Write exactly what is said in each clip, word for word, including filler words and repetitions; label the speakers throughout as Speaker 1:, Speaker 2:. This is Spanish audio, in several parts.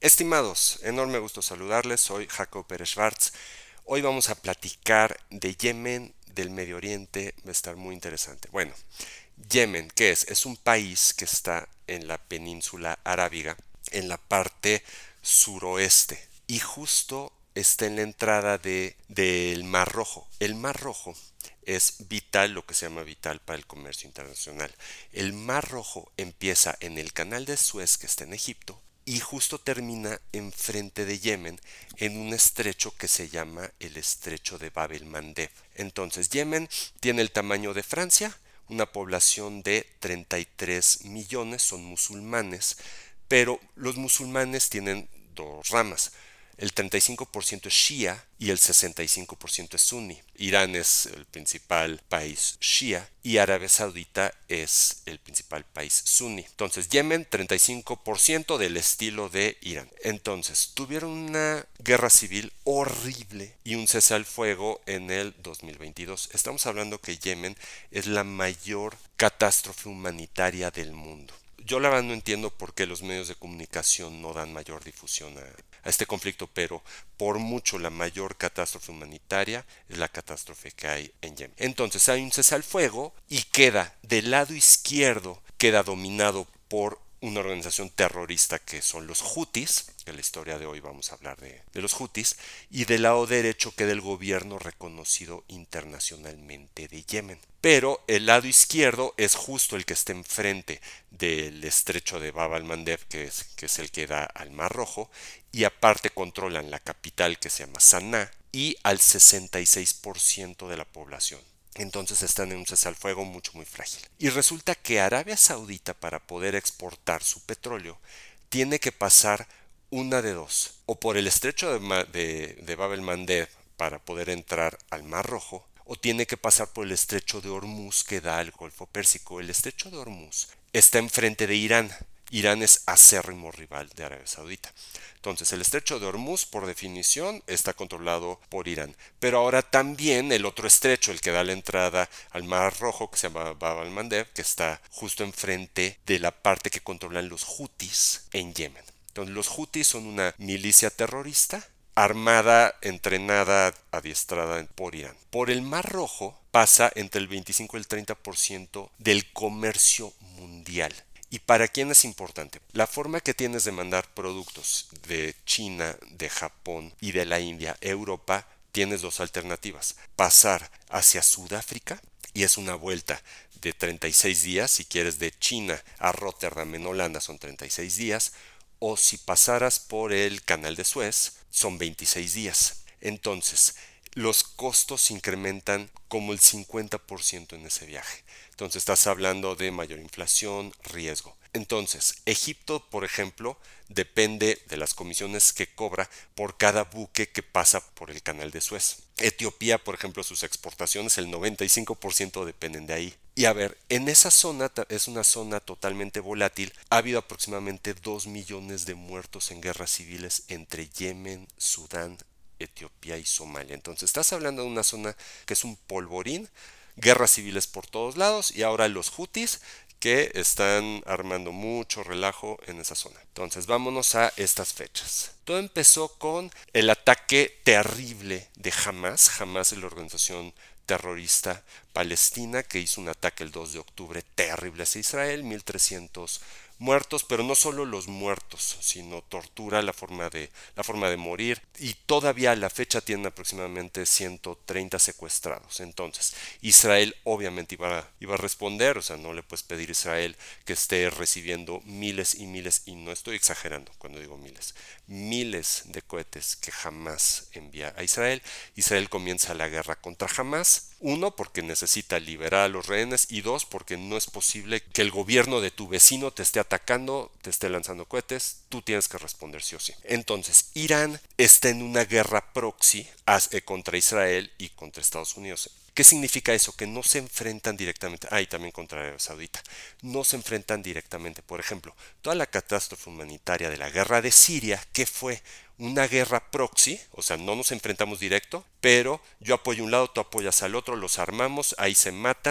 Speaker 1: Estimados, enorme gusto saludarles, soy Jacob Pérez Schwartz. Hoy vamos a platicar de Yemen, del Medio Oriente, va a estar muy interesante. Bueno, Yemen, ¿qué es? Es un país que está en la península arábiga, en la parte suroeste, y justo está en la entrada de, del Mar Rojo. El Mar Rojo es vital, lo que se llama vital para el comercio internacional. El Mar Rojo empieza en el canal de Suez, que está en Egipto, y justo termina enfrente de Yemen en un estrecho que se llama el estrecho de Bab el Mandeb. Entonces Yemen tiene el tamaño de Francia, una población de treinta y tres millones, son musulmanes, pero los musulmanes tienen dos ramas. El treinta y cinco por ciento es shia y el sesenta y cinco por ciento es sunni. Irán es el principal país shia y Arabia Saudita es el principal país sunni. Entonces Yemen treinta y cinco por ciento del estilo de Irán. Entonces tuvieron una guerra civil horrible y un cese al fuego en el dos mil veintidós. Estamos hablando que Yemen es la mayor catástrofe humanitaria del mundo. Yo la verdad no entiendo por qué los medios de comunicación no dan mayor difusión a, a este conflicto, pero por mucho la mayor catástrofe humanitaria es la catástrofe que hay en Yemen. Entonces hay un cese al fuego y queda del lado izquierdo, queda dominado por una organización terrorista que son los Houthis, que en la historia de hoy vamos a hablar de, de los Houthis, y del lado derecho queda el gobierno reconocido internacionalmente de Yemen. Pero el lado izquierdo es justo el que está enfrente del estrecho de Bab al-Mandeb, que es, que es el que da al Mar Rojo, y aparte controlan la capital que se llama Sanaa y al sesenta y seis por ciento de la población. Entonces están en un cese al fuego mucho muy frágil. Y resulta que Arabia Saudita, para poder exportar su petróleo, tiene que pasar una de dos, o por el estrecho de, de, de Bab el-Mandeb para poder entrar al Mar Rojo, o tiene que pasar por el estrecho de Hormuz que da al Golfo Pérsico. El estrecho de Hormuz está enfrente de Irán. Irán es acérrimo rival de Arabia Saudita. Entonces el estrecho de Hormuz por definición está controlado por Irán. Pero ahora también el otro estrecho, el que da la entrada al Mar Rojo, que se llama Bab al-Mandeb, que está justo enfrente de la parte que controlan los Houthis en Yemen. Entonces los Houthis son una milicia terrorista armada, entrenada, adiestrada por Irán. Por el Mar Rojo pasa entre el veinticinco y el treinta por ciento del comercio mundial. ¿Y para quién es importante? La forma que tienes de mandar productos de China, de Japón y de la India a Europa, tienes dos alternativas. Pasar hacia Sudáfrica, y es una vuelta de treinta y seis días, si quieres de China a Rotterdam en Holanda son treinta y seis días, o si pasaras por el canal de Suez son veintiséis días. Entonces, los costos se incrementan como el cincuenta por ciento en ese viaje. Entonces estás hablando de mayor inflación, riesgo. Entonces, Egipto, por ejemplo, depende de las comisiones que cobra por cada buque que pasa por el canal de Suez. Etiopía, por ejemplo, sus exportaciones, el noventa y cinco por ciento dependen de ahí. Y a ver, en esa zona, es una zona totalmente volátil, ha habido aproximadamente dos millones de muertos en guerras civiles entre Yemen, Sudán, Etiopía y Somalia. Entonces estás hablando de una zona que es un polvorín, guerras civiles por todos lados y ahora los Houthis que están armando mucho relajo en esa zona. Entonces vámonos a estas fechas. Todo empezó con el ataque terrible de Hamas. Hamas es la organización terrorista palestina que hizo un ataque el dos de octubre terrible hacia Israel, mil trescientos muertos, pero no solo los muertos, sino tortura, la forma de, la forma de morir, y todavía a la fecha tienen aproximadamente ciento treinta secuestrados. Entonces, Israel obviamente iba a, iba a responder, o sea, no le puedes pedir a Israel que esté recibiendo miles y miles, y no estoy exagerando cuando digo miles, miles de cohetes que jamás envía a Israel. Israel comienza la guerra contra Hamas. Uno, porque necesita liberar a los rehenes, y dos, porque no es posible que el gobierno de tu vecino te esté atacando, te esté lanzando cohetes, tú tienes que responder sí o sí. Entonces, Irán está en una guerra proxy contra Israel y contra Estados Unidos. ¿Qué significa eso? Que no se enfrentan directamente, ah, y también contra Arabia Saudita, no se enfrentan directamente. Por ejemplo, toda la catástrofe humanitaria de la guerra de Siria, ¿qué fue? Una guerra proxy, o sea, no nos enfrentamos directo, pero yo apoyo un lado, tú apoyas al otro, los armamos, ahí se matan,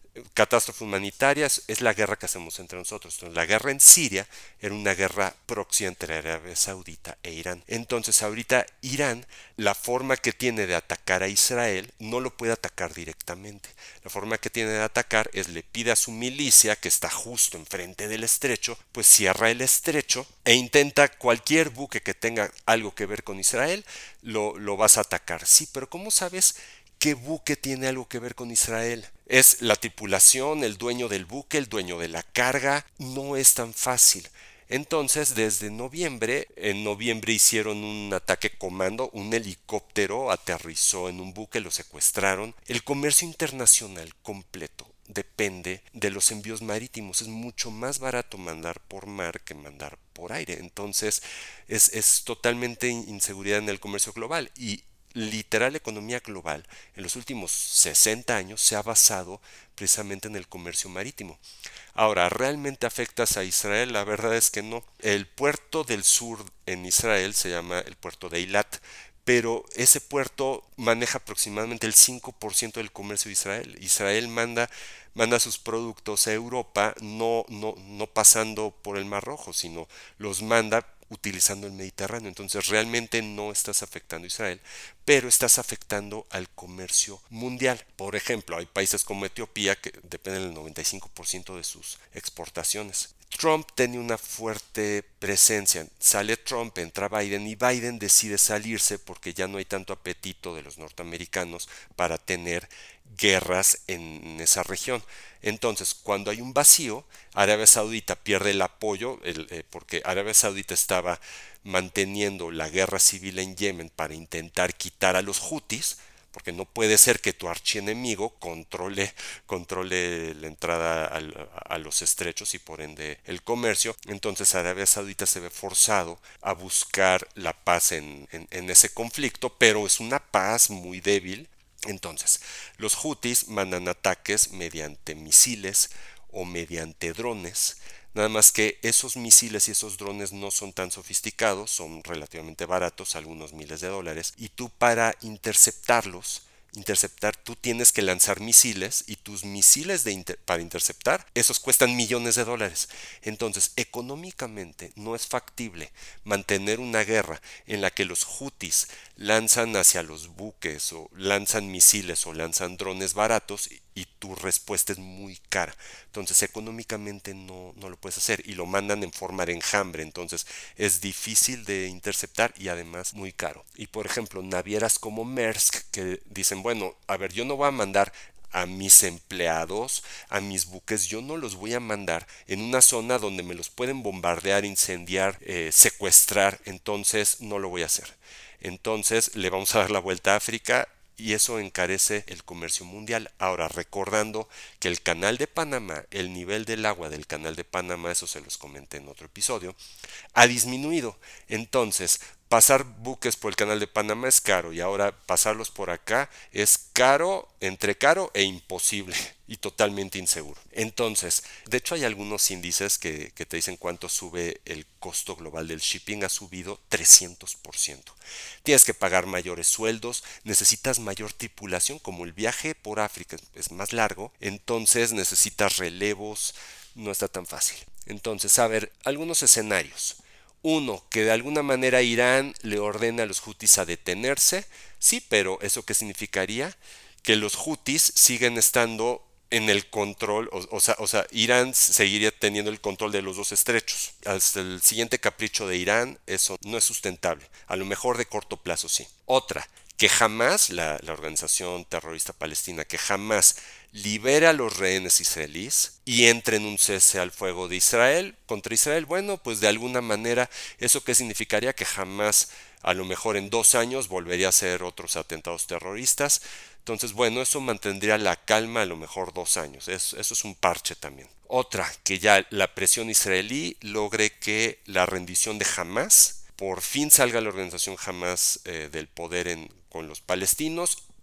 Speaker 1: catástrofe humanitaria es, es la guerra que hacemos entre nosotros. Entonces, la guerra en Siria era una guerra proxy entre Arabia Saudita e Irán. Entonces, ahorita Irán, la forma que tiene de atacar a Israel, no lo puede atacar directamente. La forma que tiene de atacar es le pide a su milicia, que está justo enfrente del estrecho, pues cierra el estrecho e intenta cualquier buque que tenga algo que ver con Israel, lo, lo vas a atacar. Sí, pero ¿cómo sabes qué buque tiene algo que ver con Israel? Es la tripulación, el dueño del buque, el dueño de la carga. No es tan fácil. Entonces, desde noviembre, en noviembre hicieron un ataque comando, un helicóptero aterrizó en un buque, lo secuestraron. El comercio internacional completo depende de los envíos marítimos. Es mucho más barato mandar por mar que mandar por aire. Entonces, es, es totalmente inseguridad en el comercio global. Y literal, la economía global en los últimos sesenta años se ha basado precisamente en el comercio marítimo. Ahora, ¿realmente afectas a Israel? La verdad es que no. El puerto del sur en Israel se llama el puerto de Eilat, pero ese puerto maneja aproximadamente el cinco por ciento del comercio de Israel. Israel manda, manda sus productos a Europa no, no, no pasando por el Mar Rojo, sino los manda utilizando el Mediterráneo. Entonces realmente no estás afectando a Israel, pero estás afectando al comercio mundial. Por ejemplo, hay países como Etiopía que dependen del noventa y cinco por ciento de sus exportaciones. Trump tenía una fuerte presencia. Sale Trump, entra Biden y Biden decide salirse porque ya no hay tanto apetito de los norteamericanos para tener guerras en esa región. Entonces, cuando hay un vacío, Arabia Saudita pierde el apoyo el, eh, porque Arabia Saudita estaba manteniendo la guerra civil en Yemen para intentar quitar a los hutis, porque no puede ser que tu archienemigo controle, controle la entrada al, a los estrechos y por ende el comercio. Entonces Arabia Saudita se ve forzado a buscar la paz en, en, en ese conflicto, pero es una paz muy débil. Entonces, los hutis mandan ataques mediante misiles o mediante drones. Nada más que esos misiles y esos drones no son tan sofisticados, son relativamente baratos, algunos miles de dólares, y tú para interceptarlos, interceptar, tú tienes que lanzar misiles y tus misiles de inter para interceptar, esos cuestan millones de dólares. Entonces, económicamente no es factible mantener una guerra en la que los hutis lanzan hacia los buques o lanzan misiles o lanzan drones baratos y, y tu respuesta es muy cara. Entonces, económicamente no, no lo puedes hacer y lo mandan en forma de enjambre. Entonces, es difícil de interceptar y además muy caro. Y por ejemplo, navieras como Maersk que dicen, bueno, a ver, yo no voy a mandar a mis empleados, a mis buques, yo no los voy a mandar en una zona donde me los pueden bombardear, incendiar, eh, secuestrar, entonces no lo voy a hacer. Entonces le vamos a dar la vuelta a África y eso encarece el comercio mundial. Ahora, recordando que el canal de Panamá, el nivel del agua del canal de Panamá, eso se los comenté en otro episodio, ha disminuido. Entonces, pasar buques por el canal de Panamá es caro y ahora pasarlos por acá es caro, entre caro e imposible y totalmente inseguro. Entonces, de hecho hay algunos índices que, que te dicen cuánto sube el costo global del shipping, ha subido trescientos por ciento. Tienes que pagar mayores sueldos, necesitas mayor tripulación, como el viaje por África es más largo, entonces necesitas relevos, no está tan fácil. Entonces, a ver, algunos escenarios. Uno, que de alguna manera Irán le ordena a los hutis a detenerse. Sí, pero ¿eso qué significaría? Que los hutis siguen estando en el control, o, o, sea, o sea, Irán seguiría teniendo el control de los dos estrechos. Hasta el siguiente capricho de Irán, eso no es sustentable. A lo mejor de corto plazo sí. Otra, que jamás, la, la organización terrorista palestina, que jamás libere a los rehenes israelíes y entre en un cese al fuego de Israel contra Israel. Bueno, pues de alguna manera, ¿eso qué significaría? Que jamás, a lo mejor en dos años, volvería a hacer otros atentados terroristas. Entonces, bueno, eso mantendría la calma a lo mejor dos años. Eso, eso es un parche también. Otra, que ya la presión israelí logre que la rendición de Hamas, por fin salga la organización Hamas eh, del poder en, con los palestinos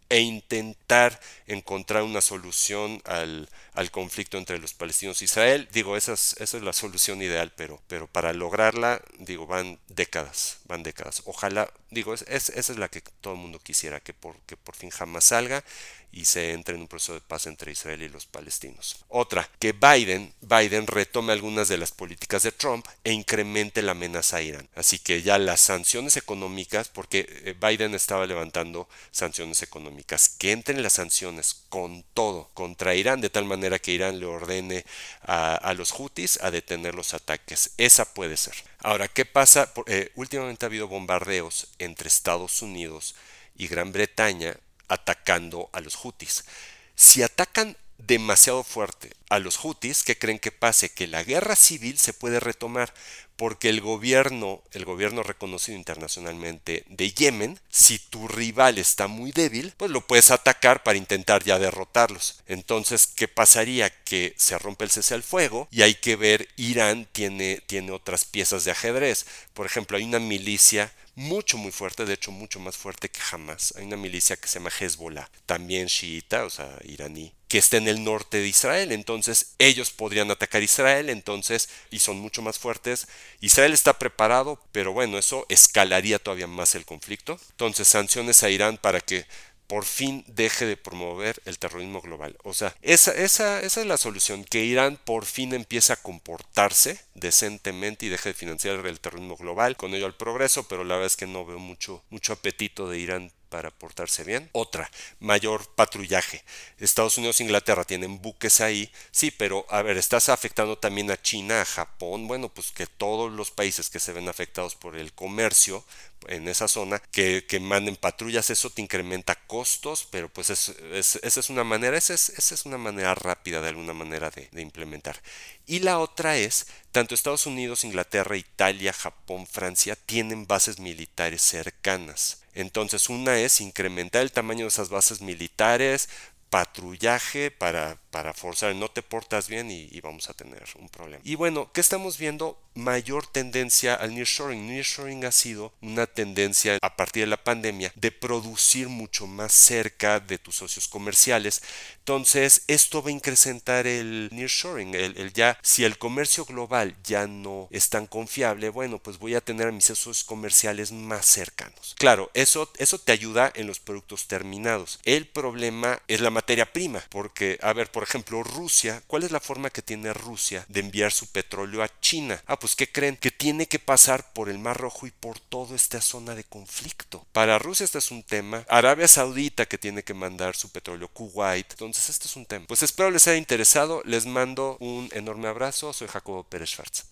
Speaker 1: e intentar encontrar una solución al, al conflicto entre los palestinos e Israel. Digo, esa es, esa es la solución ideal, pero, pero para lograrla, digo, van décadas, van décadas. Ojalá, digo, es, es, esa es la que todo el mundo quisiera, que por, que por fin jamás salga y se entre en un proceso de paz entre Israel y los palestinos. Otra, que Biden, Biden retome algunas de las políticas de Trump e incremente la amenaza a Irán. Así que ya las sanciones económicas, porque Biden estaba levantando sanciones económicas, que entren las sanciones con todo contra Irán, de tal manera que Irán le ordene a, a los Houthis a detener los ataques. Esa puede ser. Ahora, ¿qué pasa? Eh, últimamente ha habido bombardeos entre Estados Unidos y Gran Bretaña atacando a los Houthis. Si atacan demasiado fuerte a los Houthis, ¿qué creen que pase? Que la guerra civil se puede retomar porque el gobierno, el gobierno reconocido internacionalmente de Yemen, si tu rival está muy débil, pues lo puedes atacar para intentar ya derrotarlos. Entonces, ¿qué pasaría? Que se rompe el cese al fuego y hay que ver, Irán tiene, tiene otras piezas de ajedrez. Por ejemplo, hay una milicia mucho muy fuerte, de hecho mucho más fuerte que Hamas. Hay una milicia que se llama Hezbollah, también chiita, o sea, iraní, que está en el norte de Israel. Entonces ellos podrían atacar Israel, entonces, y son mucho más fuertes. Israel está preparado, pero bueno, eso escalaría todavía más el conflicto. Entonces, sanciones a Irán para que por fin deje de promover el terrorismo global. O sea, esa, esa, esa es la solución, que Irán por fin empiece a comportarse decentemente y deje de financiar el terrorismo global, con ello al progreso, pero la verdad es que no veo mucho, mucho apetito de Irán para portarse bien. Otra, mayor patrullaje. Estados Unidos e Inglaterra tienen buques ahí, sí, pero a ver, estás afectando también a China, a Japón, bueno, pues que todos los países que se ven afectados por el comercio en esa zona, que, que manden patrullas, eso te incrementa costos, pero pues es, es, esa es una manera, esa es, esa es una manera rápida de alguna manera de, de implementar. Y la otra es, tanto Estados Unidos, Inglaterra, Italia, Japón, Francia tienen bases militares cercanas. Entonces una es incrementar el tamaño de esas bases militares, patrullaje para, para forzar, no te portas bien y, y vamos a tener un problema. Y bueno, ¿qué estamos viendo? Mayor tendencia al nearshoring. Nearshoring ha sido una tendencia a partir de la pandemia de producir mucho más cerca de tus socios comerciales. Entonces, esto va a incrementar el nearshoring. El, el ya, si el comercio global ya no es tan confiable, bueno, pues voy a tener a mis socios comerciales más cercanos. Claro, eso, eso te ayuda en los productos terminados. El problema es la materia prima, porque, a ver, por ejemplo, Rusia, ¿cuál es la forma que tiene Rusia de enviar su petróleo a China? Ah, pues, ¿qué creen? Que tiene que pasar por el Mar Rojo y por toda esta zona de conflicto. Para Rusia este es un tema. Arabia Saudita, que tiene que mandar su petróleo, Kuwait. Entonces, este es un tema. Pues espero les haya interesado. Les mando un enorme abrazo. Soy Jacobo Pérez Schwartz.